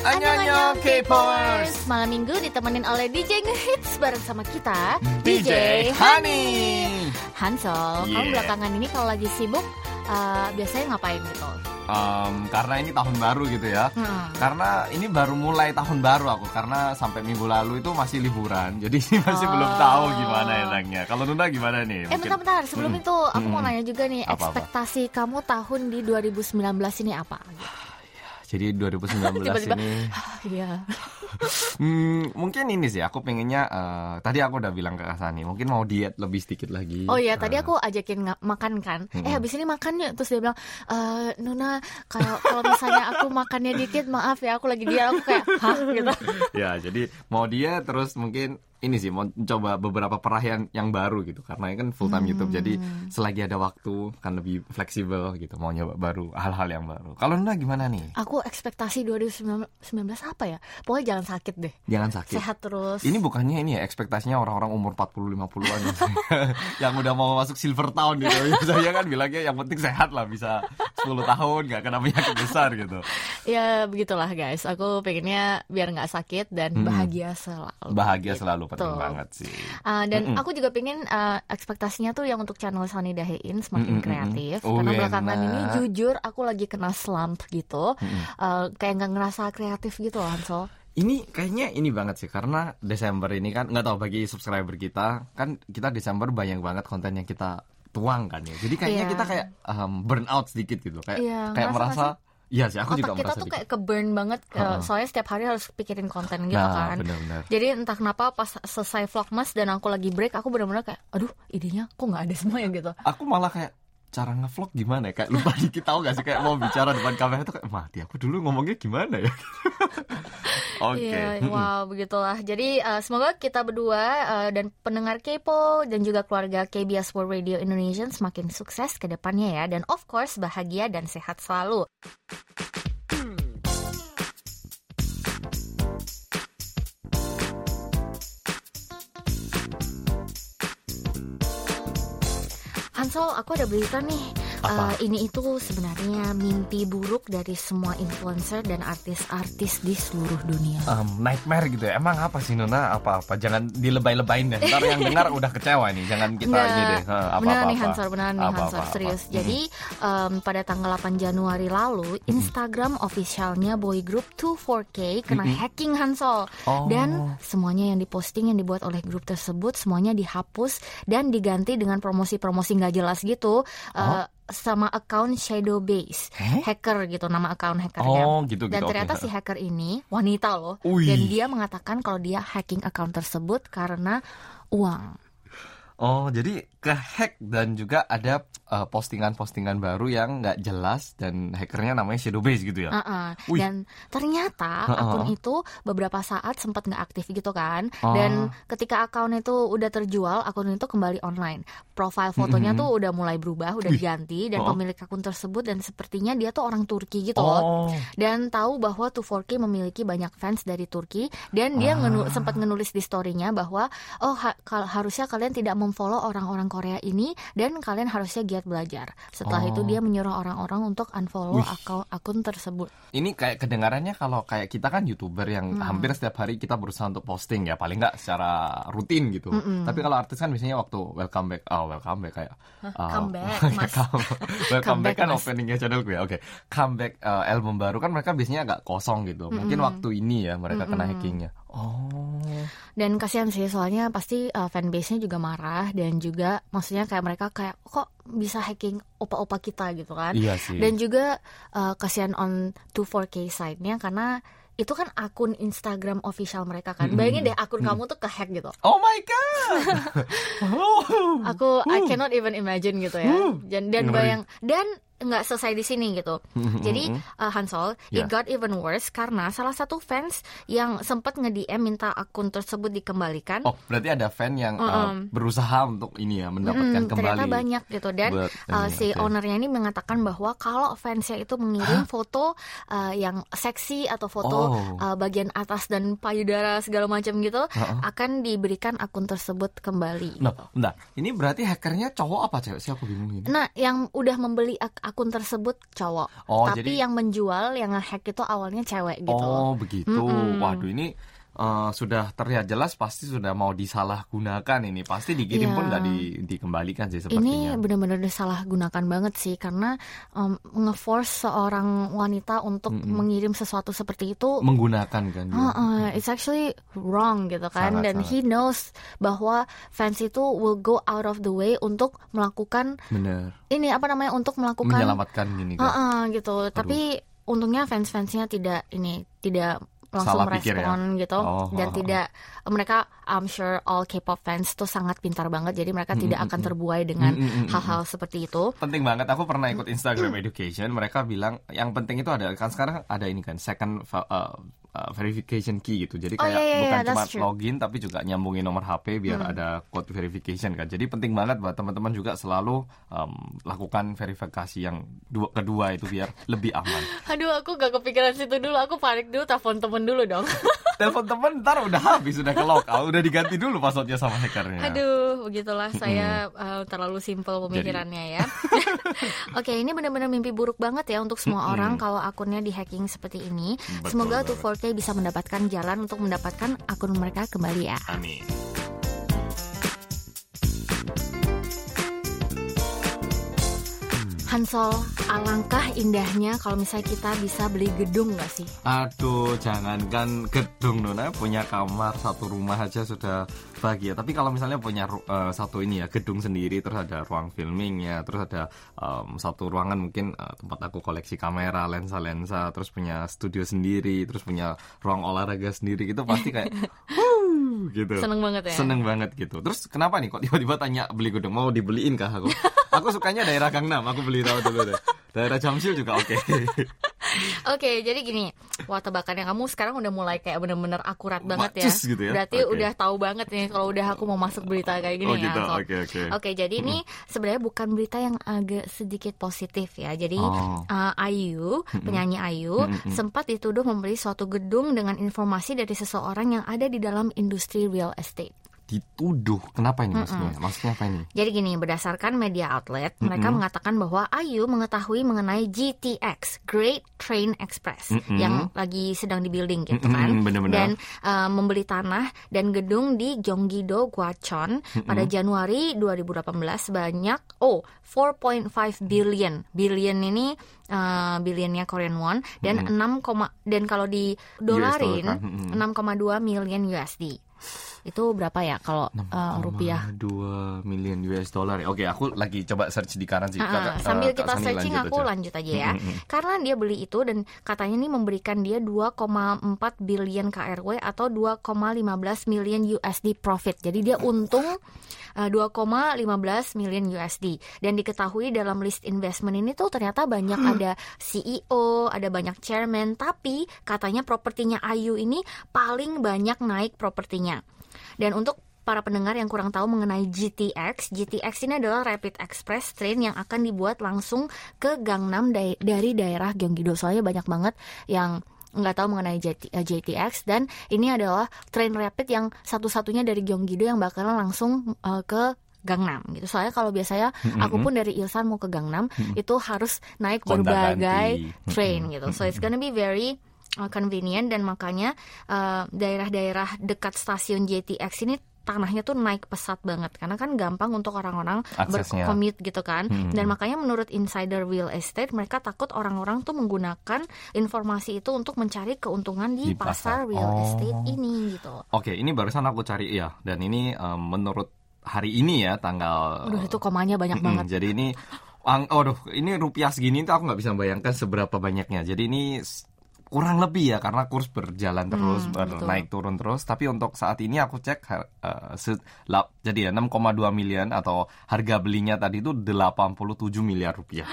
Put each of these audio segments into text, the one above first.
Annyeonghaseyo K-popers. Malam minggu ditemenin oleh DJ Ngehits bareng sama kita DJ Hani. Hansol, kamu belakangan ini kalau lagi sibuk biasanya ngapain gitu? Karena ini tahun baru gitu ya. Karena ini baru mulai tahun baru aku. Karena sampai minggu lalu itu masih liburan. Jadi masih belum tahu gimana enaknya. Kalau Nuna gimana nih? Bentar. Sebelum itu aku mau nanya juga nih. Apa-apa? Ekspektasi kamu tahun di 2019 ini apa? Jadi 2019 Tiba-tiba, ini iya. mungkin ini sih aku pengennya tadi aku udah bilang ke Kasani mungkin mau diet lebih sedikit lagi. Oh iya, tadi aku ajakin makan kan. Habis ini makan yuk. Terus dia bilang, Nuna, kalau misalnya aku makannya dikit, maaf ya, aku lagi diet. Aku kayak, hah? Gitu. Ya, jadi mau diet terus mungkin ini sih mau coba beberapa perayaan yang baru gitu karena ini kan full time YouTube, jadi selagi ada waktu kan lebih fleksibel gitu, mau nyoba baru hal-hal yang baru. Kalau Nuna gimana nih? Aku ekspektasi 2019 apa ya? Pokoknya jangan sakit deh. Jangan sakit. Sehat terus. Ini bukannya ini ya ekspektasinya orang-orang umur 40-50-an yang udah mau masuk silver tahun gitu. Saya kan bilangnya yang penting sehat lah, bisa 10 tahun gak kena penyakit besar gitu. Ya begitulah guys. Aku pengennya biar gak sakit dan bahagia selalu. Bahagia selalu penting Betul. banget sih. Dan aku juga pengen ekspektasinya tuh yang untuk channel Sunny Dahein semakin kreatif. Oh, karena enak. belakangan ini jujur aku lagi kena slump gitu. Kayak gak ngerasa kreatif gitu loh Hansol. Ini kayaknya ini banget sih karena Desember ini kan nggak tahu bagi subscriber kita kan kita Desember banyak banget konten yang kita tuang kan ya. Jadi kayaknya kita kayak burn out sedikit gitu kayak merasa. Iya sih, aku juga otak kita merasa tuh kayak ke-burn banget, soalnya setiap hari harus pikirin konten gitu kan. Bener-bener. Jadi entah kenapa pas selesai vlogmas dan aku lagi break, aku benar-benar kayak, aduh idenya kok nggak ada semua ya gitu. Aku malah kayak cara ngevlog gimana ya, kayak lupa dikit, tahu gak sih kayak mau bicara depan kamera tuh kayak mati aku dulu ngomongnya gimana ya. Oke. Iya, wow, begitulah. Jadi semoga kita berdua dan pendengar Kepo dan juga keluarga KBS World Radio Indonesia semakin sukses ke depannya ya. Dan of course bahagia dan sehat selalu. Hansol, aku ada berita nih. Ini itu sebenarnya mimpi buruk dari semua influencer dan artis-artis di seluruh dunia. Nightmare gitu ya. Emang apa sih Nuna? Apa-apa? Jangan dilebay-lebayin deh. Ntar yang dengar udah kecewa nih. Jangan kita ini deh. Beneran nih Hansol, serius. Jadi pada tanggal 8 Januari lalu, Instagram officialnya boy group 24K kena hacking Hansol. Dan semuanya yang diposting yang dibuat oleh grup tersebut semuanya dihapus dan diganti dengan promosi-promosi nggak jelas gitu. Sama account Shadow Base hacker gitu, nama account hackernya. Gitu, dan ternyata si hacker ini wanita loh. Dan dia mengatakan kalau dia hacking account tersebut karena uang. Jadi ke-hack dan juga ada postingan-postingan baru yang nggak jelas dan hackernya namanya Shadow Base gitu ya. Dan ternyata akun itu beberapa saat sempat nggak aktif gitu kan. Dan ketika akun itu udah terjual, akun itu kembali online. Profile fotonya tuh udah mulai berubah, udah diganti dan pemilik akun tersebut dan sepertinya dia tuh orang Turki gitu loh. Dan tahu bahwa 24K memiliki banyak fans dari Turki dan dia sempat menulis di story-nya bahwa harusnya kalian tidak memfollow orang-orang Korea ini dan kalian harusnya giat belajar. Setelah itu dia menyuruh orang-orang untuk unfollow akun tersebut. Ini kayak kedengarannya kalau kayak kita kan YouTuber yang hampir setiap hari kita berusaha untuk posting ya, paling nggak secara rutin gitu. Tapi kalau artis kan biasanya waktu welcome back kayak welcome back kan openingnya channel gue. Comeback album baru kan mereka biasanya agak kosong gitu. Mungkin waktu ini ya mereka kena hackingnya. Dan kasihan sih soalnya pasti fanbase-nya juga marah dan juga maksudnya kayak mereka kayak kok bisa hacking opa-opa kita gitu kan. Iya sih. Dan juga kasihan on 24K side-nya karena itu kan akun Instagram official mereka kan. Bayangin deh akun kamu tuh ke-hack gitu. Oh my god. I cannot even imagine gitu ya. Dan nggak selesai di sini gitu. Jadi Hansol, it got even worse karena salah satu fans yang sempat nge-DM minta akun tersebut dikembalikan. Berarti ada fan yang berusaha untuk ini ya mendapatkan kembali. Ternyata banyak gitu dan si ownernya ini mengatakan bahwa kalau fansnya itu mengirim foto yang seksi atau foto bagian atas dan payudara segala macam gitu, akan diberikan akun tersebut tersebut kembali. Nah, bentar. Ini berarti hackernya cowok apa cewek sih, aku bingung ini. Nah, yang udah membeli akun tersebut cowok. Tapi jadi yang menjual, yang nge-hack itu awalnya cewek gitu. Oh, begitu. Waduh, ini sudah terlihat jelas pasti sudah mau disalahgunakan ini. Pasti dikirim pun nggak dikembalikan sih sepertinya. Ini benar-benar disalahgunakan banget sih, karena nge-force seorang wanita untuk mengirim sesuatu seperti itu. Menggunakan kan. It's actually wrong gitu kan. Dan he knows bahwa fans itu will go out of the way untuk melakukan ini untuk melakukan menyelamatkan gini kan. gitu. Aduh. Tapi untungnya fans-fansnya tidak langsung merespon gitu dan tidak, mereka I'm sure all K-pop fans tuh sangat pintar banget, jadi mereka tidak akan terbuai dengan hal-hal seperti itu. Penting banget, aku pernah ikut Instagram Education, mereka bilang yang penting itu ada kan, sekarang ada ini kan second verification key gitu, jadi kayak bukan cuma login tapi juga nyambungin nomor HP biar ada code verification kan. Jadi penting banget buat teman-teman juga selalu lakukan verifikasi yang kedua itu biar lebih aman. Aduh, aku gak kepikiran situ dulu, aku panik dulu, telepon temen dulu dong. Telepon temen ntar udah habis, udah ke lock out, udah diganti dulu passwordnya sama hackernya. Aduh, begitulah saya terlalu simpel pemikirannya ya. Oke, ini benar-benar mimpi buruk banget ya untuk semua orang kalau akunnya di-hacking seperti ini. Semoga 240K bisa mendapatkan jalan untuk mendapatkan akun mereka kembali ya. Amin. Hansol, alangkah indahnya kalau misalnya kita bisa beli gedung gak sih? Aduh, jangankan gedung, Nona, punya kamar satu rumah aja sudah bahagia. Tapi kalau misalnya punya satu ini ya, gedung sendiri, terus ada ruang filmingnya, terus ada satu ruangan mungkin tempat aku koleksi kamera, lensa-lensa, terus punya studio sendiri, terus punya ruang olahraga sendiri, gitu pasti kayak gitu. Seneng banget ya? Seneng banget gitu. Terus kenapa nih kok tiba-tiba tanya beli gedung? Mau dibeliin kah aku? Aku sukanya daerah Gangnam, aku beli tahu dulu deh. Daerah Jamsil juga oke. Oke, jadi gini, wah tebakannya kamu sekarang udah mulai kayak bener-bener akurat banget ya. Gitu ya. Berarti udah tau banget nih kalau udah aku mau masuk berita kayak gini ya. Gitu. Oke, jadi ini sebenarnya bukan berita yang agak sedikit positif ya. Jadi IU, penyanyi IU, sempat dituduh membeli suatu gedung dengan informasi dari seseorang yang ada di dalam industri real estate. Dituduh, kenapa ini maksudnya? Maksudnya apa ini? Jadi gini, berdasarkan media outlet, mereka mengatakan bahwa IU mengetahui mengenai GTX, Great Train Express, yang lagi sedang di-building gitu kan. Dan membeli tanah dan gedung di Gyeonggi-do, Gwacheon pada Januari 2018 sebanyak 4.5 billion. Billion ini billionnya Korean won dan dan kalau di dolarin 6,2 million USD. Itu berapa ya kalau rupiah? 2 million US dollar. Oke, aku lagi coba search di kanan sih. Sambil kita searching aku lanjut aja ya. Karena dia beli itu dan katanya ini memberikan dia 2,4 billion KRW atau 2,15 million USD profit. Jadi dia untung 2,15 million USD. Dan diketahui dalam list investment ini tuh ternyata banyak ada CEO, ada banyak chairman, tapi katanya propertinya IU ini paling banyak naik propertinya. Dan untuk para pendengar yang kurang tahu mengenai GTX ini adalah Rapid Express Train yang akan dibuat langsung ke Gangnam dari daerah Gyeonggi-do. Soalnya banyak banget yang nggak tahu mengenai GTX, dan ini adalah train rapid yang satu-satunya dari Gyeonggi-do yang bakalan langsung ke Gangnam gitu. Soalnya kalau biasanya aku pun dari Ilsan mau ke Gangnam itu harus naik berbagai train gitu. So it's gonna be very convenient, dan makanya daerah-daerah dekat stasiun GTX ini tanahnya tuh naik pesat banget karena kan gampang untuk orang-orang bercommute gitu kan. Dan makanya menurut insider real estate mereka takut orang-orang tuh menggunakan informasi itu untuk mencari keuntungan di pasar real estate ini gitu. Oke, ini barusan aku cari ya, dan ini menurut hari ini ya tanggal. Itu komanya banyak banget. Jadi ini ini rupiah segini tuh aku nggak bisa bayangkan seberapa banyaknya. Jadi ini kurang lebih ya, karena kurs berjalan terus, naik turun terus. Tapi untuk saat ini aku cek jadi ya 6,2 miliar atau harga belinya tadi itu 87 miliar rupiah.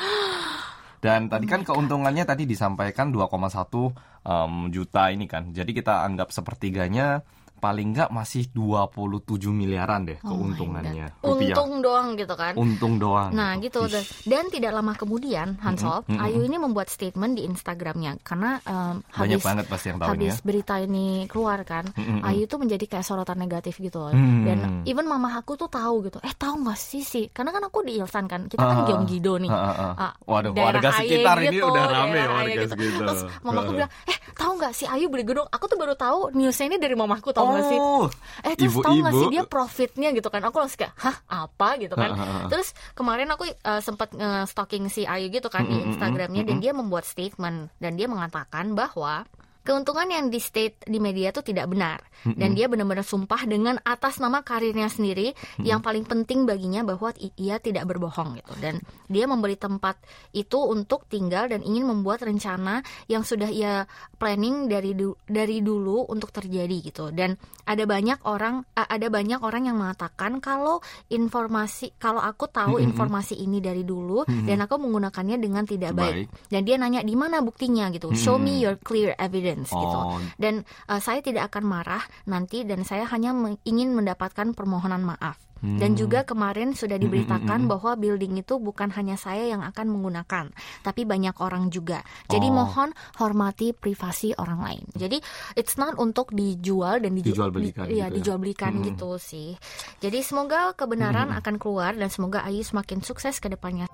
Dan tadi kan keuntungannya tadi disampaikan 2,1 juta ini kan. Jadi kita anggap sepertiganya paling nggak masih 27 miliaran deh keuntungannya. Untung doang gitu kan. Untung doang. Nah gitu. Dan tidak lama kemudian Hansol, Ayu ini membuat statement di Instagramnya. Karena banyak banget pasti yang tahu habis ya. berita ini keluar kan, Ayu tuh menjadi kayak sorotan negatif gitu loh. Dan even mama aku tuh tahu gitu. Tahu nggak sih? Karena kan aku di Ilsan kan. Kita kan Gyeonggi-do nih. Waduh, warga sekitar ini udah rame warga gitu. sekitar. Terus mamaku bilang, tahu nggak si Ayu beli gedung? Aku tuh baru tahu newsnya ini dari mamaku, tahu nggak sih? Terus tahu nggak sih dia profitnya gitu kan? Aku langsung kayak, hah apa gitu kan? Terus kemarin aku sempat stalking si Ayu gitu kan di Instagramnya, dan dia membuat statement dan dia mengatakan bahwa keuntungan yang di state di media itu tidak benar, dan dia benar-benar sumpah dengan atas nama karirnya sendiri yang paling penting baginya bahwa ia tidak berbohong gitu, dan dia membeli tempat itu untuk tinggal dan ingin membuat rencana yang sudah ia planning dari dulu untuk terjadi gitu. Dan ada banyak orang yang mengatakan kalau aku tahu informasi ini dari dulu dan aku menggunakannya dengan tidak baik. Dan dia nanya di mana buktinya gitu, show me your clear evidence gitu. Dan saya tidak akan marah nanti, dan saya hanya ingin mendapatkan permohonan maaf. Dan juga kemarin sudah diberitakan bahwa building itu bukan hanya saya yang akan menggunakan, tapi banyak orang juga. Jadi mohon hormati privasi orang lain. Jadi it's not untuk dijual dan dijual belikan gitu sih. Jadi semoga kebenaran akan keluar dan semoga Ayu semakin sukses ke depannya.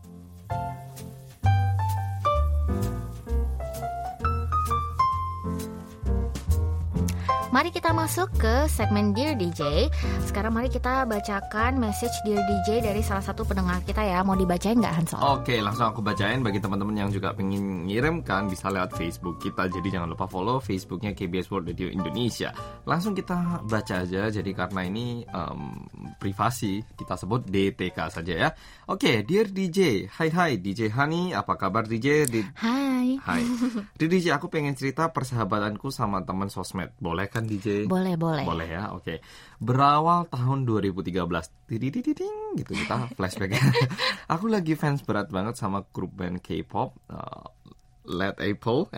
Mari kita masuk ke segmen Dear DJ. Sekarang mari kita bacakan message Dear DJ dari salah satu pendengar kita ya. Mau dibacain nggak Hansol? Oke, langsung aku bacain. Bagi teman-teman yang juga pengen ngirimkan, bisa lewat Facebook kita. Jadi jangan lupa follow Facebooknya KBS World Radio Indonesia. Langsung kita baca aja. Jadi karena ini privasi, kita sebut DTK saja ya. Oke, Dear DJ. Hai DJ Hani, apa kabar DJ? Hai. Dear DJ, aku pengen cerita persahabatanku sama teman sosmed. Boleh kan DJ? Boleh ya, oke. Berawal tahun 2013 gitu, kita flashback ya. Aku lagi fans berat banget sama grup band K-pop LED Apple.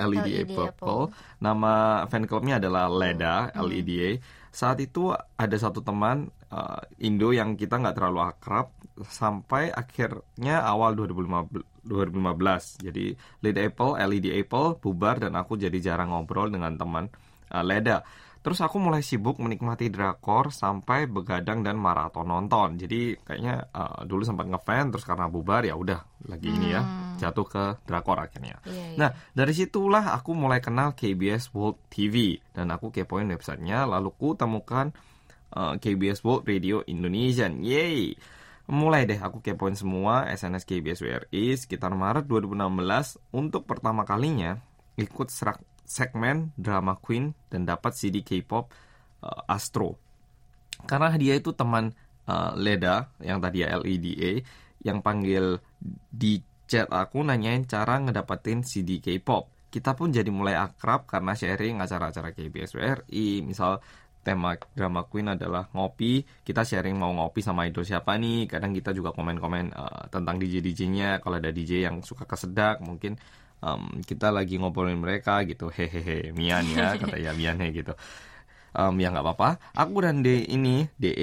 Nama fan clubnya adalah LEDA, LEDA. Saat itu ada satu teman Indo yang kita nggak terlalu akrab sampai akhirnya awal 2015. Jadi LED Apple bubar dan aku jadi jarang ngobrol dengan teman LEDA. Terus aku mulai sibuk menikmati drakor sampai begadang dan maraton nonton. Jadi kayaknya dulu sempat ngefans, terus karena bubar ya udah lagi ini ya jatuh ke drakor akhirnya. Nah dari situlah aku mulai kenal KBS World TV dan aku kepoin websitenya, lalu ku temukan KBS World Radio Indonesia. Yeay! Mulai deh aku kepoin semua SNS KBS WRI sekitar Maret 2016 untuk pertama kalinya ikut segmen Drama Queen dan dapat CD K-pop Astro. Karena dia itu teman Leda yang tadi ya LEDA yang panggil di chat aku nanyain cara ngedapetin CD K-pop. Kita pun jadi mulai akrab karena sharing acara-acara KBS WRI. Misal tema Drama Queen adalah ngopi, kita sharing mau ngopi sama idol siapa nih. Kadang kita juga komen-komen tentang DJ-DJ-nya. Kalau ada DJ yang suka kesedak mungkin kita lagi ngobrolin mereka gitu, hehehe, Mian ya, kata ya Mian gitu. Ya nggak apa-apa. Aku dan DE ini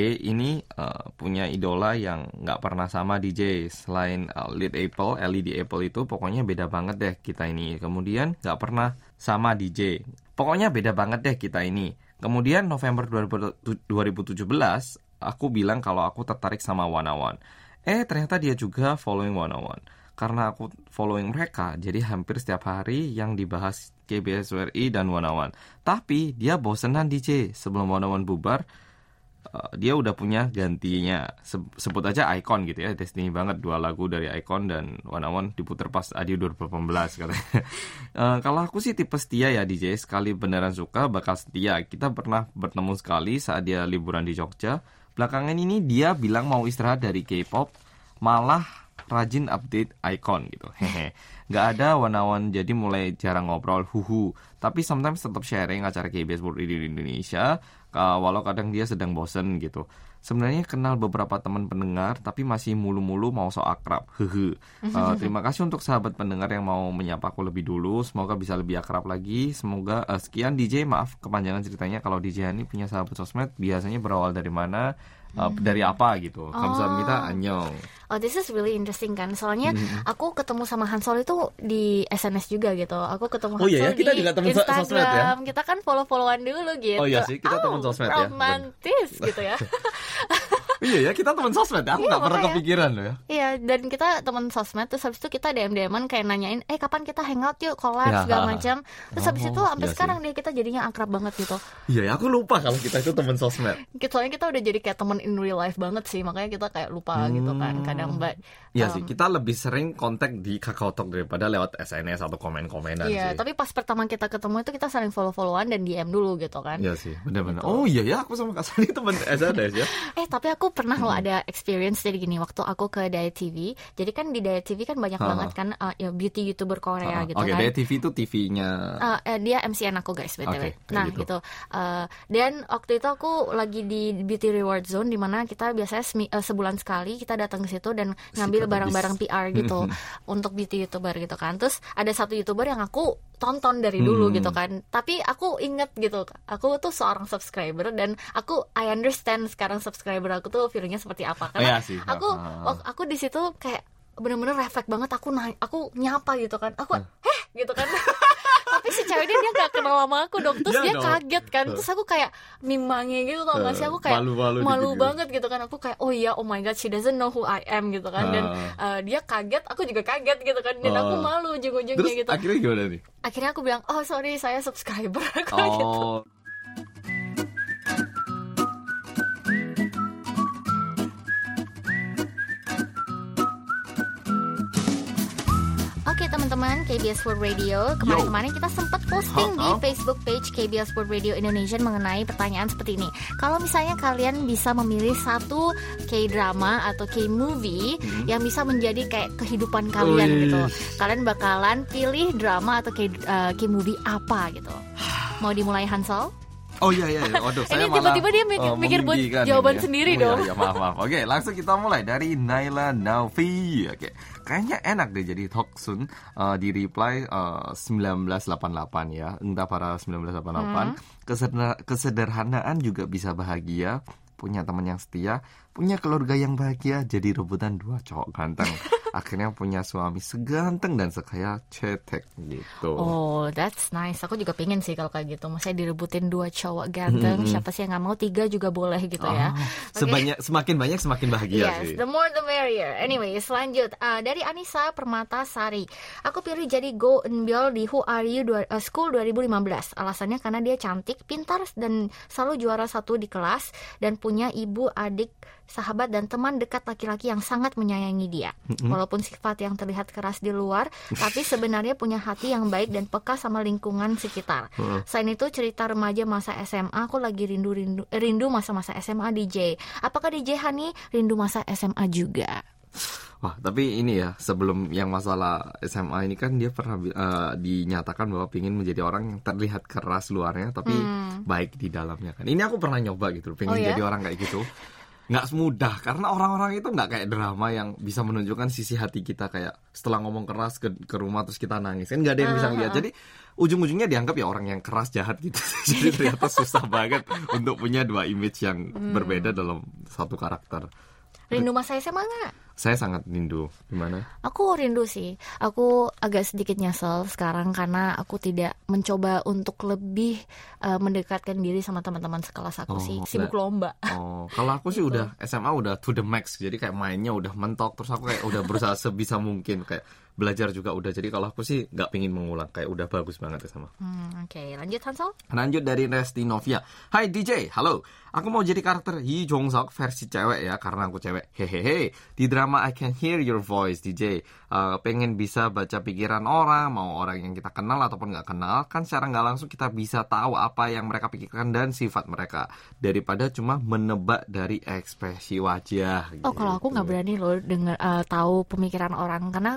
punya idola yang nggak pernah sama DJ. Selain LED Apple itu pokoknya beda banget deh kita ini. Kemudian nggak pernah sama DJ. Pokoknya beda banget deh kita ini. Kemudian November 2017 aku bilang kalau aku tertarik sama 101. Ternyata dia juga following 101. Karena aku following mereka, jadi hampir setiap hari yang dibahas KBS WRI dan 101. Tapi dia bosenan DJ. Sebelum 101 bubar, dia udah punya gantinya. Sebut aja Icon gitu ya. Destiny banget 2 lagu dari Icon dan 101 diputer pas Adi 2018 katanya. Kalau aku sih tipe setia ya DJ. Sekali beneran suka bakal setia. Kita pernah bertemu sekali saat dia liburan di Jogja. Belakangan ini dia bilang mau istirahat dari K-pop, malah rajin update Icon gitu. Gak ada 101 jadi mulai jarang ngobrol tapi sometimes tetap sharing acara KBS World Radio Indonesia walau kadang dia sedang bosen gitu. Sebenarnya kenal beberapa teman pendengar, tapi masih mulu-mulu mau sok akrab. Terima kasih untuk sahabat pendengar yang mau menyapa aku lebih dulu. Semoga bisa lebih akrab lagi. Semoga sekian DJ, maaf kepanjangan ceritanya. Kalau DJ Hani punya sahabat sosmed, biasanya berawal dari mana? Dari apa gitu. Kamsahamnida, annyeong. Oh, this is really interesting kan. Soalnya aku ketemu sama Hansol itu di SNS juga gitu. Aku ketemu Hansol kita di juga temen Instagram. sosmed ya? Kita kan follow-followan dulu gitu. Oh iya sih, kita temen sosmed ya. Romantis gitu ya. Iya ya, kita temen sosmed ya. Aku gak pernah kepikiran loh ya. Iya, dan kita temen sosmed. Terus habis itu kita DM-an kayak nanyain, kapan kita hangout yuk, collab segala macam. Terus habis itu sampai sekarang dia kita jadinya akrab banget gitu. Iya ya, aku lupa kalau kita itu temen sosmed. Soalnya kita udah jadi kayak temen in real life banget sih. Makanya kita kayak lupa gitu kan kadang. Iya sih, kita lebih sering kontak di KakaoTalk daripada lewat SNS atau komen-komenan sih. Iya, tapi pas pertama kita ketemu itu kita saling follow-followan dan DM dulu gitu kan. Iya sih, benar-benar. Gitu. Oh iya ya, aku sama Kak Sani teman SNS ya. Tapi aku pernah loh ada experience jadi gini, waktu aku ke Diet TV. Jadi kan di Diet TV kan banyak banget kan beauty YouTuber Korea gitu kan. Diet TV itu TV-nya. Dia MCN aku guys, BTW. Nah, gitu. Dan waktu itu aku lagi di Beauty Reward Zone, di mana kita biasanya sebulan sekali kita datang ke situ dan ngambil barang-barang PR gitu untuk beauty YouTuber gitu kan. Terus ada satu YouTuber yang aku tonton dari dulu gitu kan. Tapi aku inget gitu, aku tuh seorang subscriber dan I understand sekarang subscriber aku tuh feelingnya seperti apa. Karena aku di situ kayak bener-bener refleks banget, aku nyapa gitu kan. Aku gitu kan. Tapi si cewek dia gak kenal sama aku dong. Terus dia kaget kan. Terus aku kayak mimangnya gitu, tau gak sih. Aku kayak malu banget gitu kan. Aku kayak oh my god, she doesn't know who I am gitu kan. Dan dia kaget, aku juga kaget gitu kan. Dan aku malu ujung-ujungnya gitu. Terus akhirnya gimana nih? Akhirnya aku bilang, oh sorry saya subscriber aku gitu. Oke teman-teman, KBS World Radio, kemarin kita sempat posting di Facebook page KBS World Radio Indonesia mengenai pertanyaan seperti ini. Kalau misalnya kalian bisa memilih satu K-drama atau K-movie yang bisa menjadi kayak kehidupan kalian gitu, kalian bakalan pilih drama atau K-movie apa gitu? Mau dimulai Hansol? Oh iya. Waduh, saya malah tiba-tiba dia mikir buat jawaban sendiri dong. Iya, maaf. Oke, langsung kita mulai dari Naila Naufi. Oke. Kayaknya enak deh jadi Toksun di reply 1988 ya. Entah para 1988. Kesederhanaan juga bisa bahagia. Punya teman yang setia, punya keluarga yang bahagia, jadi rebutan dua cowok ganteng. Akhirnya punya suami seganteng dan sekaya Cetek gitu. Oh, that's nice. Aku juga pengen sih kalau kayak gitu. Maksudnya direbutin dua cowok ganteng. Siapa sih yang gak mau, 3 juga boleh gitu ya. Okay. Semakin banyak semakin bahagia sih. Yes, the more the merrier. Anyway, selanjut dari Anissa Permata Sari. Aku pilih jadi Go Eun-byul di Who Are You School 2015. Alasannya karena dia cantik, pintar, dan selalu juara 1 di kelas. Dan punya ibu, adik, sahabat, dan teman dekat laki-laki yang sangat menyayangi dia. Walaupun sifat yang terlihat keras di luar, tapi sebenarnya punya hati yang baik dan peka sama lingkungan sekitar. Selain itu, cerita remaja masa SMA, aku lagi rindu masa-masa SMA DJ. Apakah DJ Hani rindu masa SMA juga? Wah, tapi ini ya, sebelum yang masalah SMA ini kan dia pernah dinyatakan bahwa ingin menjadi orang yang terlihat keras luarnya tapi baik di dalamnya kan. Ini aku pernah nyoba gitu, pengen jadi orang kayak gitu. Nggak semudah, karena orang-orang itu nggak kayak drama yang bisa menunjukkan sisi hati kita kayak setelah ngomong keras ke rumah terus kita nangis. Kan nggak ada yang bisa ngeliat. Jadi ujung-ujungnya dianggap ya orang yang keras, jahat gitu. Jadi ternyata susah banget untuk punya dua image yang berbeda dalam satu karakter. Rindu masa SMA nggak? Saya sangat rindu. Gimana? Aku rindu sih. Aku agak sedikit nyesel sekarang karena aku tidak mencoba untuk lebih mendekatkan diri sama teman-teman sekelas aku sih. Sibuk lomba. Kalau aku sih udah SMA udah to the max. Jadi kayak mainnya udah mentok. Terus aku kayak udah berusaha sebisa mungkin kayak belajar juga udah. Jadi kalau aku sih nggak pingin mengulang. Kayak udah bagus banget SMA. Oke, lanjut Hansol. Lanjut dari Resti Novia. Hai DJ, halo. Aku mau jadi karakter Hee Jong-seok versi cewek ya, karena aku cewek. Hehehe. Di drama I Can Hear Your Voice, DJ. Pengen bisa baca pikiran orang, mau orang yang kita kenal ataupun nggak kenal. Kan secara nggak langsung kita bisa tahu apa yang mereka pikirkan dan sifat mereka. Daripada cuma menebak dari ekspresi wajah. Kalau aku nggak berani loh tahu pemikiran orang. Karena kadang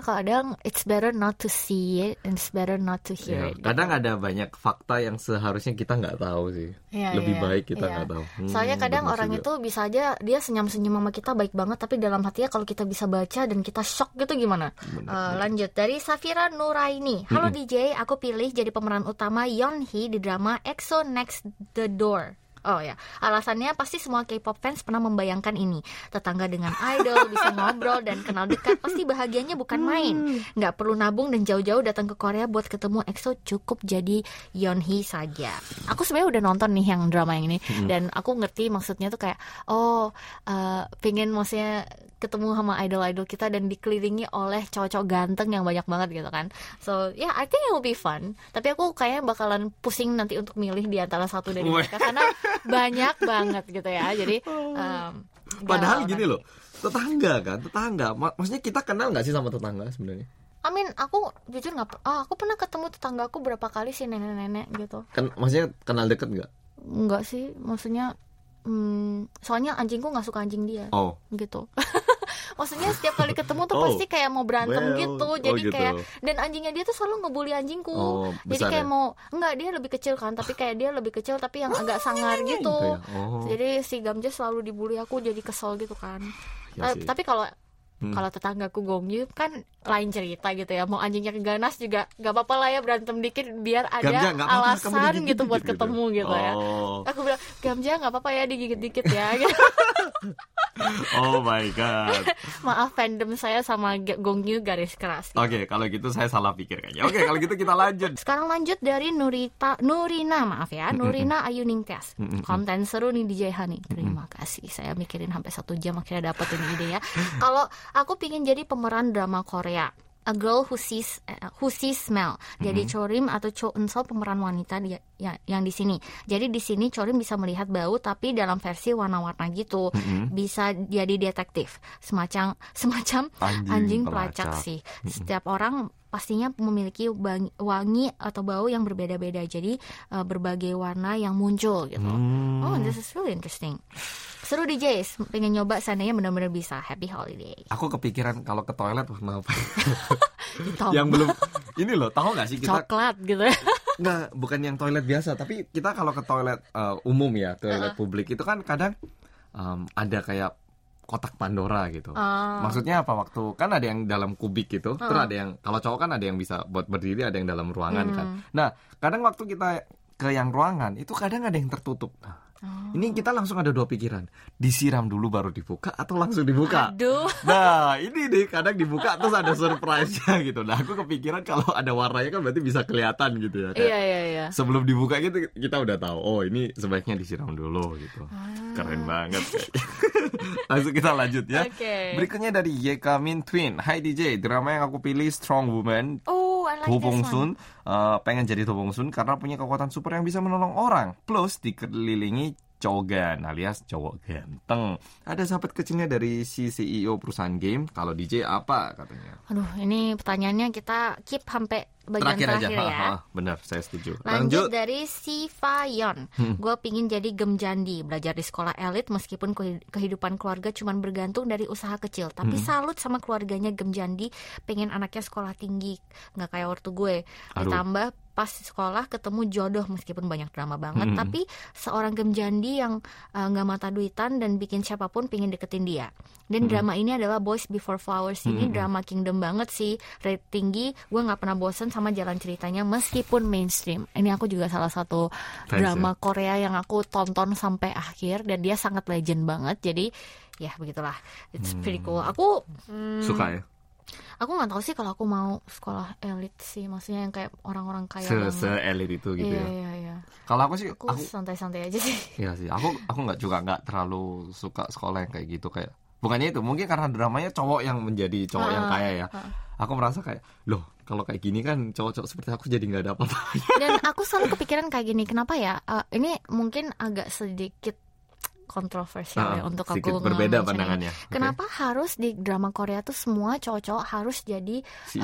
bilang it's better not to see it and it's better not to hear it. Kadang ada banyak fakta yang seharusnya kita nggak tahu sih. Lebih baik kita nggak tahu. Soalnya kadang orang itu bisa aja dia senyum-senyum sama kita baik banget, tapi dalam hatinya kalau kita bisa baca dan kita shock gitu gimana? Lanjut dari Safira Nuraini. Halo DJ, aku pilih jadi pemeran utama Yeonhee di drama EXO Next the Door. Oh ya, alasannya pasti semua K-pop fans pernah membayangkan ini. Tetangga dengan idol, bisa ngobrol dan kenal dekat, pasti bahagianya bukan main. Nggak perlu nabung dan jauh-jauh datang ke Korea buat ketemu EXO, cukup jadi Yeonhee saja. Aku sebenarnya udah nonton nih yang drama yang ini, dan aku ngerti maksudnya tuh kayak, pengen maksudnya ketemu sama idol-idol kita dan dikelilingi oleh cowok-cowok ganteng yang banyak banget gitu kan. So yeah, I think it will be fun. Tapi aku kayaknya bakalan pusing nanti untuk milih di antara satu dari mereka karena banyak banget gitu ya. Jadi padahal gini loh, tetangga. Maksudnya kita kenal nggak sih sama tetangga sebenarnya? Aku jujur nggak. Aku pernah ketemu tetanggaku berapa kali sih, nenek-nenek gitu. Maksudnya kenal deket nggak? Nggak sih, maksudnya. Soalnya anjingku nggak suka anjing dia, gitu. Maksudnya setiap kali ketemu tuh pasti kayak mau berantem gitu. Jadi gitu. Kayak dan anjingnya dia tuh selalu ngebully anjingku. Jadi kayak dia lebih kecil kan, tapi kayak dia lebih kecil tapi yang agak sangar gitu. Jadi si Gamja selalu dibully, aku jadi kesel gitu kan. Tapi kalau tetanggaku Gongyu kan lain cerita gitu ya. Mau anjingnya ganas juga gak apa-apa lah ya, berantem dikit biar ada alasan gitu buat ketemu gitu ya. Aku bilang, Gamja gak apa-apa ya digigit dikit ya gitu. Oh my god. Maaf fandom saya sama Gongyu garis keras gitu. Oke, kalau gitu saya salah pikir kayaknya. Oke, kalau gitu kita lanjut. Sekarang lanjut dari Nurina Ayu Ningtyas. Konten seru nih DJ Hani. Terima kasih. Saya mikirin sampai 1 jam akhirnya dapet ini ide ya. Kalau aku pingin jadi pemeran drama Korea, A Girl Who Sees Smell. Jadi Chorim atau Cho Eun-seo pemeran wanita yang di sini. Jadi di sini Chorim bisa melihat bau tapi dalam versi warna-warna gitu. Bisa jadi detektif, semacam anjing pelacak sih. Setiap orang pastinya memiliki wangi atau bau yang berbeda-beda. Jadi berbagai warna yang muncul gitu. This is really interesting. Seru DJ, pengen nyoba seandainya benar-benar bisa. Happy holiday. Aku kepikiran kalau ke toilet warna apa? Yang belum ini loh, tahu nggak sih kita coklat gitu. Nggak, bukan yang toilet biasa, tapi kita kalau ke toilet umum ya, toilet publik itu kan kadang ada kayak kotak Pandora gitu. Maksudnya apa, waktu kan ada yang dalam kubik gitu, terus ada yang kalau cowok kan ada yang bisa buat berdiri, ada yang dalam ruangan kan. Nah, kadang waktu kita ke yang ruangan itu kadang ada yang tertutup. Ini kita langsung ada 2 pikiran, disiram dulu baru dibuka atau langsung dibuka. Aduh. Nah ini deh kadang dibuka terus ada surprise-nya gitu. Nah aku kepikiran kalau ada warnanya kan berarti bisa kelihatan gitu ya. Iya. Sebelum dibuka gitu kita udah tahu, oh ini sebaiknya disiram dulu gitu. Keren banget. Langsung kita lanjut ya. Berikutnya dari Yekamin Twin. Hai DJ, drama yang aku pilih Strong Woman. Do Bong-sun, pengen jadi Do Bong-sun karena punya kekuatan super yang bisa menolong orang, plus dikelilingi cogan alias cowok ganteng. Ada sahabat kecilnya dari si CEO perusahaan game. Kalau DJ apa katanya? Aduh, ini pertanyaannya kita keep sampai bagian terakhir ya. Benar, saya setuju. Lanjut dari si Fayon. Gue pingin jadi gemjandi, belajar di sekolah elit meskipun kehidupan keluarga cuma bergantung dari usaha kecil. Tapi salut sama keluarganya gemjandi, pengen anaknya sekolah tinggi, nggak kayak ortu gue. Ditambah pas sekolah ketemu jodoh meskipun banyak drama banget, tapi seorang gemjandi yang nggak mata duitan dan bikin siapapun pingin deketin dia. Dan drama ini adalah Boys Before Flowers. Ini drama kingdom banget sih, rate tinggi. Gue nggak pernah bosen sama jalan ceritanya meskipun mainstream. Ini aku juga salah satu drama Korea yang aku tonton sampai akhir dan dia sangat legend banget. Jadi ya begitulah, it's pretty cool. Aku suka ya. Aku nggak tahu sih kalau aku mau sekolah elit sih, maksudnya yang kayak orang-orang kaya se-elit itu gitu. Iya. Kalau aku sih aku santai-santai aja sih. Iya sih, aku nggak terlalu suka sekolah yang kayak gitu, kayak bukannya itu, mungkin karena dramanya cowok yang menjadi cowok yang kaya ya. Aku merasa kayak, loh kalau kayak gini kan cowok-cowok seperti aku jadi nggak dapat. Dan aku selalu kepikiran kayak gini, kenapa ya? Ini mungkin agak sedikit kontroversial ya untuk aku berbeda pandangannya. Kenapa harus di drama Korea tuh semua cowok-cowok harus jadi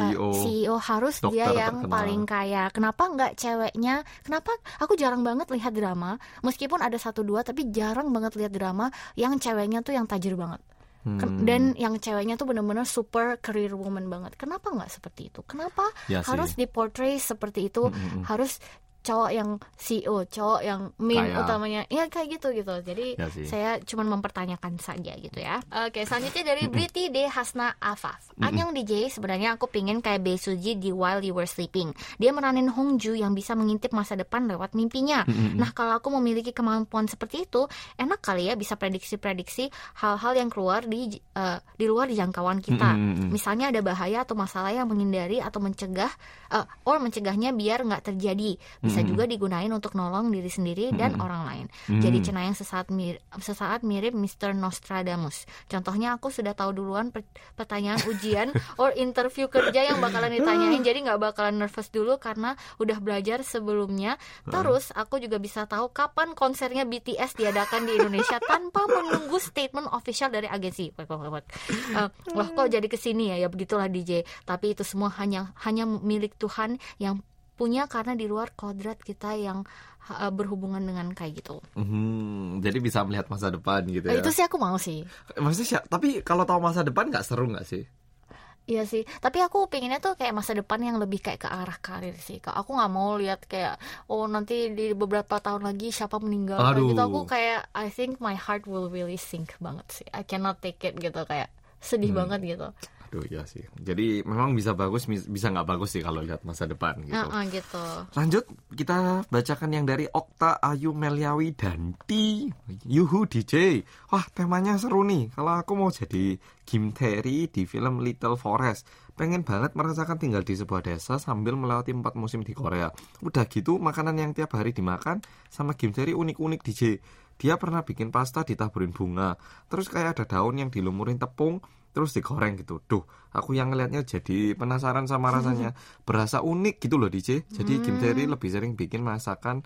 CEO harus dia yang terkenal, paling kaya? Kenapa nggak ceweknya? Kenapa aku jarang banget lihat drama, meskipun ada 1-2 tapi jarang banget lihat drama yang ceweknya tuh yang tajir banget. Dan yang ceweknya tuh benar-benar super career woman banget. Kenapa nggak seperti itu? Kenapa harus diportray seperti itu? Harus cowok yang CEO, cowok yang main utamanya, ya kayak gitu. Jadi saya cuma mempertanyakan saja gitu ya. Oke, selanjutnya dari Briti D. Hasna Afaf. Anyong DJ, sebenarnya aku pingin kayak Bae Suji di While You Were Sleeping. Dia meranin Hongju yang bisa mengintip masa depan lewat mimpinya. Nah, kalau aku memiliki kemampuan seperti itu, enak kali ya bisa prediksi-prediksi hal-hal yang keluar di luar jangkauan kita. Misalnya ada bahaya atau masalah yang menghindari atau mencegahnya biar nggak terjadi. Bisa juga digunain untuk nolong diri sendiri dan orang lain. Jadi cenayang sesaat mirip Mr. Nostradamus. Contohnya aku sudah tahu duluan pertanyaan ujian or interview kerja yang bakalan ditanyain. Jadi nggak bakalan nervous dulu karena udah belajar sebelumnya. Terus aku juga bisa tahu kapan konsernya BTS diadakan di Indonesia tanpa menunggu statement official dari agensi. Wah, kok jadi kesini ya begitulah DJ. Tapi itu semua hanya milik Tuhan yang punya, karena di luar kodrat kita yang berhubungan dengan kayak gitu. Jadi bisa melihat masa depan gitu ya. Itu sih aku mau sih. Maksudnya, tapi kalau tahu masa depan nggak seru nggak sih? Iya sih, tapi aku pengennya tuh kayak masa depan yang lebih kayak ke arah karir sih. Aku nggak mau lihat kayak nanti di beberapa tahun lagi siapa meninggal gitu. Aku kayak I think my heart will really sink banget sih. I cannot take it gitu, kayak sedih banget gitu. Aduh ya sih. Jadi memang bisa bagus, bisa nggak bagus sih kalau lihat masa depan gitu. Gitu. Lanjut, kita bacakan yang dari Okta Ayu Meliawi Danti. Yuhu DJ. Wah, temanya seru nih. Kalau aku mau jadi Kim Tae-ri di film Little Forest. Pengen banget merasakan tinggal di sebuah desa sambil melewati 4 musim di Korea. Udah gitu, makanan yang tiap hari dimakan sama Kim Tae-ri unik-unik DJ. Dia pernah bikin pasta ditaburin bunga. Terus kayak ada daun yang dilumurin tepung, terus digoreng gitu. Duh, aku yang ngelihatnya jadi penasaran sama rasanya. Berasa unik gitu loh DJ. Jadi Kim Tae-ri lebih sering bikin masakan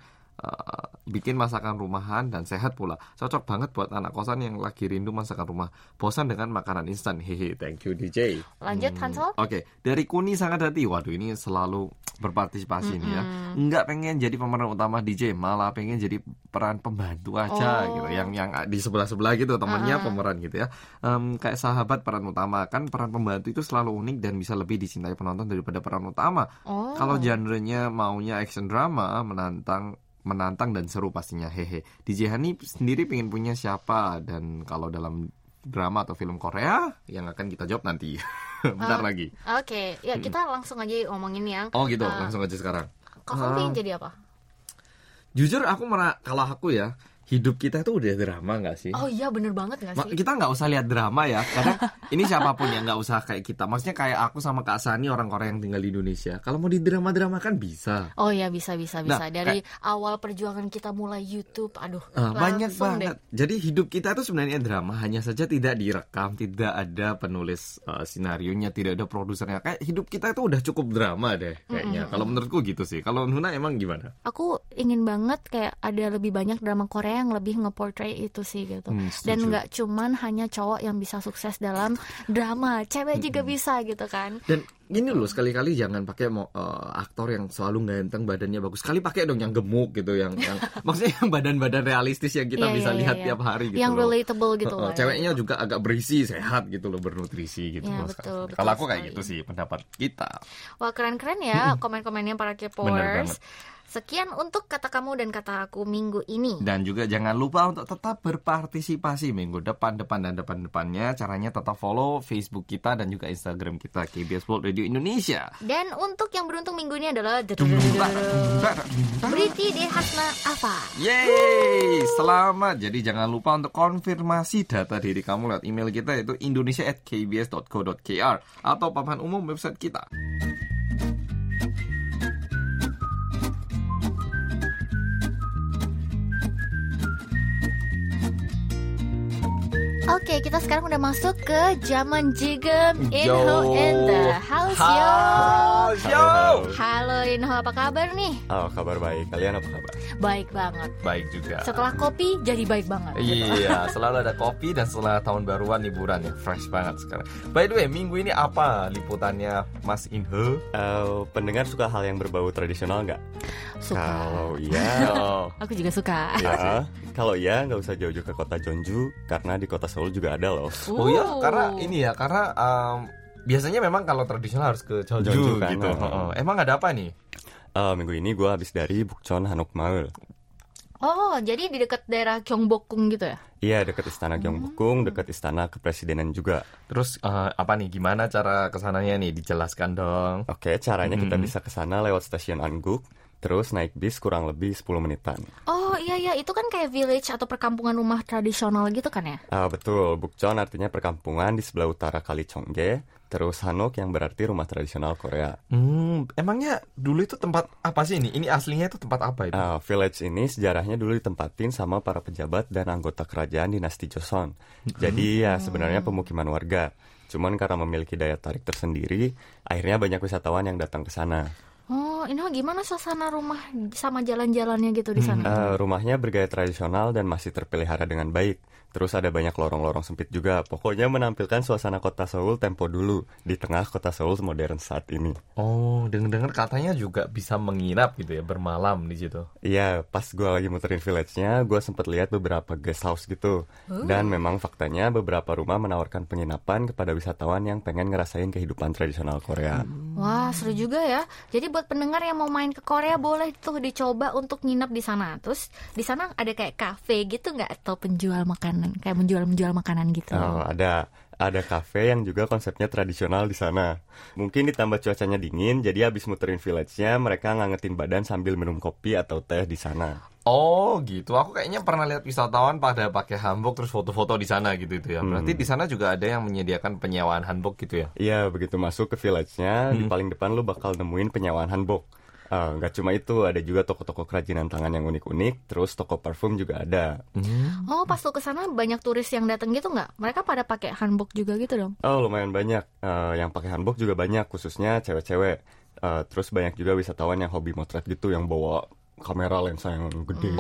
rumahan dan sehat pula. Cocok banget buat anak kosan yang lagi rindu masakan rumah, bosan dengan makanan instan. Hehe, thank you DJ. Lanjut Hansel. Oke, dari Kuni Sangat Hati. Waduh, ini selalu berpartisipasi nih ya. Enggak pengen jadi pemeran utama DJ, malah pengen jadi peran pembantu aja gitu. Yang di sebelah-sebelah gitu, temannya pemeran gitu ya. Kayak sahabat peran utama. Kan peran pembantu itu selalu unik dan bisa lebih dicintai penonton daripada peran utama. Kalau genrenya maunya action drama, menantang dan seru pastinya. Hehe. DJ Hani sendiri pengen punya siapa? Dan kalau dalam drama atau film Korea yang akan kita jawab nanti. Bentar lagi. Oke, ya kita langsung aja ngomongin yang. Gitu, langsung aja sekarang. Kamu pengen jadi apa? Jujur kalau aku ya, hidup kita tuh udah drama nggak sih? Oh iya, bener banget nggak sih? Kita nggak usah lihat drama ya, karena ini siapapun yang nggak usah kayak kita. Maksudnya kayak aku sama Kak Sani, orang Korea yang tinggal di Indonesia. Kalau mau di drama kan bisa. Oh iya, bisa. Nah, dari awal perjuangan kita mulai YouTube, banyak banget. Jadi hidup kita tuh sebenarnya drama, hanya saja tidak direkam, tidak ada penulis sinarionya, tidak ada produsernya. Kayak hidup kita itu udah cukup drama deh kayaknya. Kalau menurutku gitu sih. Kalau Nuna emang gimana? Aku ingin banget kayak ada lebih banyak drama Korea yang lebih nge-portray itu sih gitu. Dan nggak cuman hanya cowok yang bisa sukses dalam drama, cewek juga bisa gitu kan. Dan gini loh, sekali-kali jangan pakai aktor yang selalu ganteng, badannya bagus. Sekali pakai dong yang gemuk gitu, yang maksudnya yang badan-badan realistis yang kita bisa lihat tiap hari gitu. Yang relatable gitu loh. Ceweknya juga agak berisi, sehat gitu loh, bernutrisi gitu. Betul, kalau aku kayak gitu sih pendapat kita. Wah, keren-keren ya komen-komennya para K-popers. Sekian untuk kata kamu dan kata aku minggu ini. Dan juga jangan lupa untuk tetap berpartisipasi minggu depannya. Caranya tetap follow Facebook kita dan juga Instagram kita, KBS World Radio Indonesia. Dan untuk yang beruntung minggu ini adalah Briti D. Hasna Afa. Yeay, selamat. Jadi jangan lupa untuk konfirmasi data diri kamu lewat email kita, yaitu indonesia@kbs.co.kr atau papan umum website kita. Oke, kita sekarang udah masuk ke zaman Jigem Inho and the House Yo. Halo Inho, apa kabar nih? Oh, kabar baik. Kalian apa kabar? Baik banget. Baik juga. Setelah kopi jadi baik banget. Iya, selalu ada kopi dan setelah tahun baruan liburan ya, fresh banget sekarang. By the way, minggu ini apa liputannya Mas Inho? Pendengar suka hal yang berbau tradisional nggak? Suka. Kalau iya, aku juga suka. Ya, kalau iya nggak usah jauh-jauh ke kota Jeonju, karena di kota Seoul juga ada loh. Oh ya, karena biasanya memang kalau tradisional harus ke Jeonju kan, gitu. Emang ada apa nih? Minggu ini gue habis dari Bukchon Hanok-maul. Oh, jadi di dekat daerah Gyeongbokgung gitu ya? Iya, dekat istana Gyeongbokgung, dekat istana kepresidenan juga. Terus apa nih? Gimana cara kesananya nih? Dijelaskan dong. Oke, caranya kita bisa kesana lewat stasiun Anguk, terus naik bis kurang lebih 10 menitan. Oh iya, itu kan kayak village atau perkampungan rumah tradisional gitu kan ya? Betul, Bukchon artinya perkampungan di sebelah utara Kali Cheonggae. Terus Hanok yang berarti rumah tradisional Korea. Emangnya dulu itu tempat apa sih ini? Ini aslinya itu tempat apa itu? Village ini sejarahnya dulu ditempatin sama para pejabat dan anggota kerajaan dinasti Joseon. Jadi ya sebenarnya pemukiman warga. Cuman karena memiliki daya tarik tersendiri, akhirnya banyak wisatawan yang datang ke sana. Oh, ini gimana suasana rumah sama jalan-jalannya gitu di sana? Rumahnya bergaya tradisional dan masih terpelihara dengan baik. Terus ada banyak lorong-lorong sempit juga. Pokoknya menampilkan suasana kota Seoul tempo dulu di tengah kota Seoul modern saat ini. Oh, dengar-dengar katanya juga bisa menginap gitu ya, bermalam di situ. Iya, pas gue lagi muterin village-nya, gue sempat lihat beberapa guest house gitu. Dan memang faktanya beberapa rumah menawarkan penginapan kepada wisatawan yang pengen ngerasain kehidupan tradisional Korea. Wah, seru juga ya. Jadi buat pendengar yang mau main ke Korea boleh tuh dicoba untuk nginap di sana. Terus di sana ada kayak cafe gitu nggak, atau penjual makanan, kayak menjual makanan gitu? Oh, ada cafe yang juga konsepnya tradisional di sana. Mungkin ditambah cuacanya dingin, jadi habis muterin village-nya mereka ngangetin badan sambil minum kopi atau teh di sana. Oh gitu, aku kayaknya pernah lihat wisatawan pada pakai hanbok terus foto-foto di sana gitu itu ya. Berarti di sana juga ada yang menyediakan penyewaan hanbok gitu ya? Iya, begitu masuk ke village-nya, di paling depan lu bakal nemuin penyewaan hanbok. Nggak cuma itu, ada juga toko-toko kerajinan tangan yang unik-unik, terus toko parfum juga ada. Oh, pas lu kesana banyak turis yang datang gitu nggak? Mereka pada pakai hanbok juga gitu dong? Oh, lumayan banyak. Yang pakai hanbok juga banyak, khususnya cewek-cewek. Terus banyak juga wisatawan yang hobi motret gitu, yang bawa kamera lensa yang gede.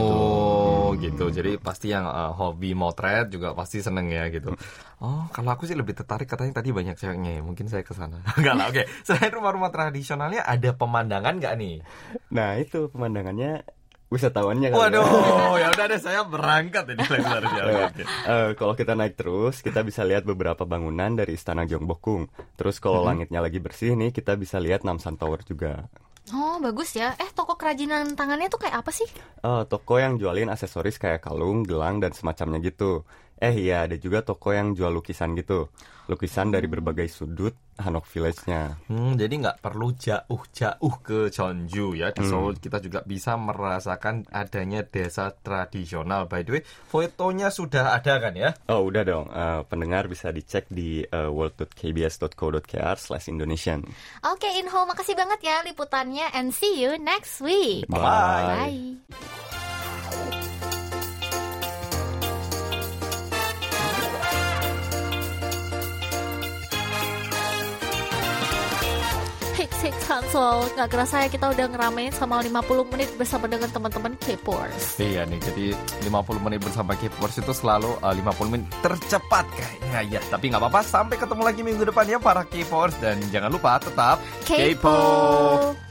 Oh gitu, jadi pasti yang hobi motret juga pasti seneng ya gitu. Oh, kalau aku sih lebih tertarik, katanya tadi banyak ceweknya ya, mungkin saya kesana. Enggak lah, oke. Selain rumah-rumah tradisionalnya, ada pemandangan nggak nih? Nah itu pemandangannya, wisatawannya. Waduh, ya udah deh, saya berangkat ini seharusnya. Kalau kita naik terus, kita bisa lihat beberapa bangunan dari istana Gyeongbokgung. Terus kalau langitnya lagi bersih nih, kita bisa lihat Namsan Tower juga. Oh, bagus ya. Toko kerajinan tangannya tuh kayak apa sih? Toko yang jualin aksesoris kayak kalung, gelang, dan semacamnya gitu. Iya, ada juga toko yang jual lukisan gitu. Lukisan dari berbagai sudut Hanok Village-nya. Jadi nggak perlu jauh-jauh ke Jeonju ya. Di Seoul kita juga bisa merasakan adanya desa tradisional. By the way, fotonya sudah ada kan ya? Oh, udah dong. Pendengar bisa dicek di world.kbs.co.kr/Indonesian. Oke, Inho, makasih banget ya liputannya, and see you next week. Bye. Hicks Hansol, gak kerasa ya kita udah ngeramein sama 50 menit bersama dengan teman-teman K-Popers. Iya nih, jadi 50 menit bersama K-Popers itu selalu 50 menit tercepat kayaknya ya. Tapi gak apa-apa, sampai ketemu lagi minggu depan ya para K-Popers. Dan jangan lupa tetap K-Pop.